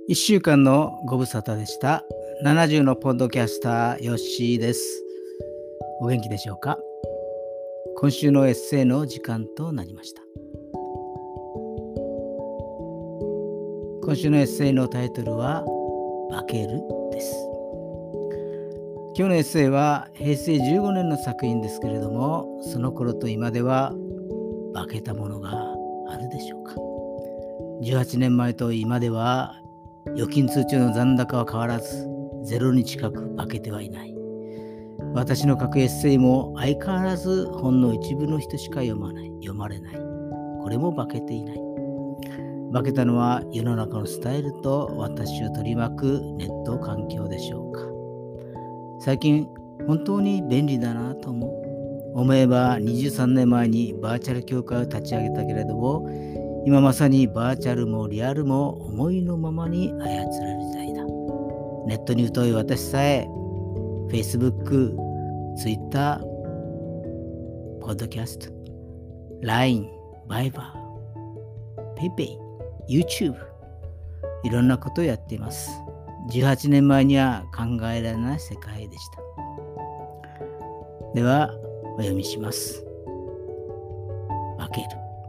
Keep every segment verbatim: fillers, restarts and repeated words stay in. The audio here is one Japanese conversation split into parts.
いっしゅうかんのご無沙汰でした。ななじゅうのポッドキャスターヨッシーです。お元気でしょうか。今週のエッセイの時間となりました。今週のエッセイのタイトルは化けるです。今日のエッセイはへいせいじゅうごねんの作品ですけれども、その頃と今では化けたものがあるでしょうか。じゅうはちねんまえと今では預金通帳の残高は変わらずゼロに近く化けてはいない。私の書くエッセイも相変わらずほんの一部の人しか読まない読まれない。これも化けていない。化けたのは世の中のスタイルと私を取り巻くネット環境でしょうか。最近本当に便利だなと思う。思えばにじゅうさんねんまえにバーチャル協会を立ち上げたけれども、今まさにバーチャルもリアルも思いのままに操られる時代だ。ネットに疎い私さえ Facebook、Twitter、Podcast、ライン、Viber、PayPay、YouTube いろんなことをやっています。じゅうはちねんまえには考えられない世界でした。ではお読みします。化ける。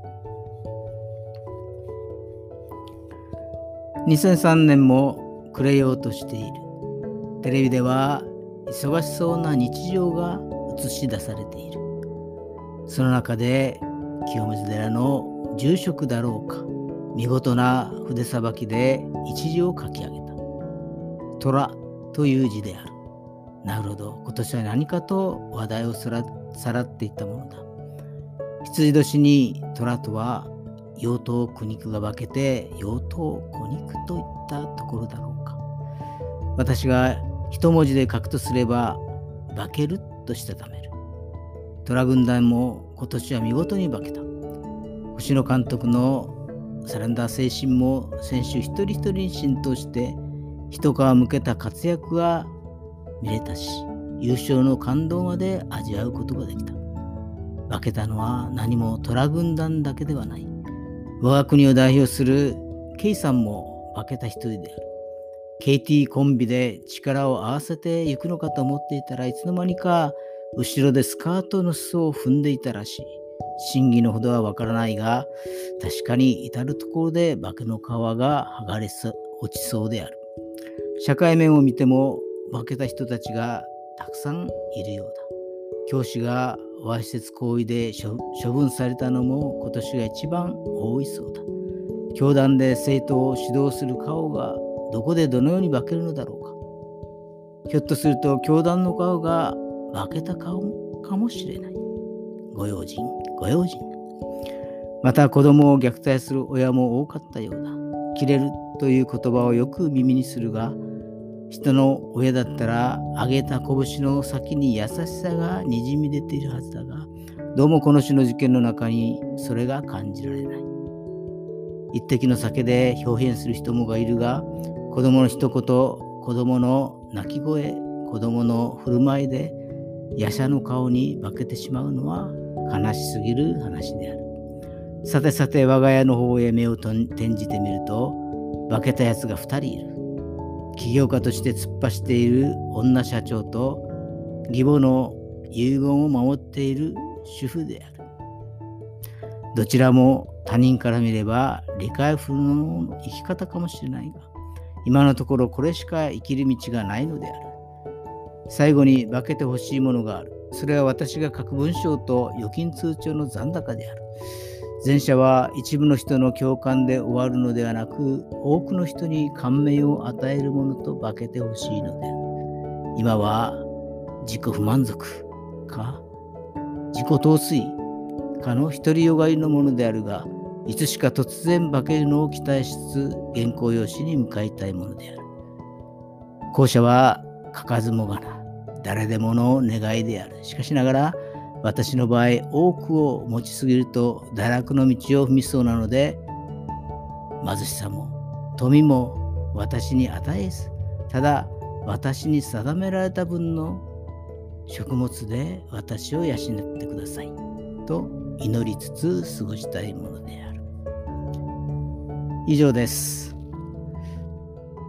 にせんさんねんも暮れようとしている。テレビでは忙しそうな日常が映し出されている。その中で清水寺の住職だろうか、見事な筆さばきで一字を書き上げた。虎という字である。なるほど、今年は何かと話題をさら、さらっていったものだ。羊年に虎とは妖刀苦肉が化けて妖刀苦肉といったところだろうか。私が一文字で書くとすれば化けるとしたためる。虎軍団も今年は見事に化けた。星野監督のサレンダー精神も選手一人一人に浸透して一皮向けた活躍が見れたし、優勝の感動まで味わうことができた。化けたのは何も虎軍団だけではない。我が国を代表するケイさんも化けた一人である。ケイティコンビで力を合わせていくのかと思っていたらいつの間にか後ろでスカートの裾を踏んでいたらしい。真偽のほどはわからないが、確かに至るところで化けの皮が剥がれ落ちそうである。社会面を見ても化けた人たちがたくさんいるようだ。教師がわいせつ行為で処分されたのも今年が一番多いそうだ。教団で生徒を指導する顔がどこでどのように化けるのだろうか。ひょっとすると教団の顔が化けた顔かもしれない。ご用心、ご用心。また子供を虐待する親も多かったようだ。キレるという言葉をよく耳にするが、人の親だったら上げた拳の先に優しさがにじみ出ているはずだが、どうもこの種の事件の中にそれが感じられない。一滴の酒で表現する人もがいるが、子供の一言、子供の泣き声、子供の振る舞いで夜叉の顔に化けてしまうのは悲しすぎる話である。さてさて、我が家の方へ目を転じてみると、化けたやつが二人いる。起業家として突っ走っている女社長と義母の遺言を守っている主婦である。どちらも他人から見れば理解不能の生き方かもしれないが、今のところこれしか生きる道がないのである。最後に化けてほしいものがある。それは私が書く文章と預金通帳の残高である。前者は一部の人の共感で終わるのではなく、多くの人に感銘を与えるものと化けてほしいのである。今は自己不満足か自己陶酔かの独りよがりのものであるが、いつしか突然化けるのを期待しつつ原稿用紙に向かいたいものである。後者は書かずもがな誰でもの願いである。しかしながら私の場合、多くを持ちすぎると堕落の道を踏みそうなので、貧しさも富も私に与えず、ただ私に定められた分の食物で私を養ってくださいと祈りつつ過ごしたいものである。以上です。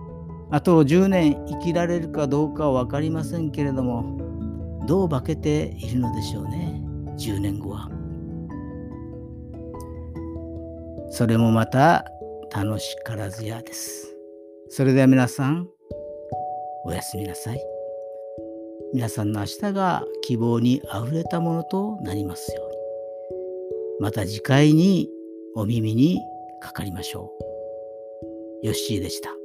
あとじゅうねん生きられるかどうかは分かりませんけれども、どう化けているのでしょうね、じゅうねんごは。それもまた楽しからずやです。それでは皆さん、おやすみなさい。皆さんの明日が希望にあふれたものとなりますように。また次回にお耳にかかりましょう。ヨッシーでした。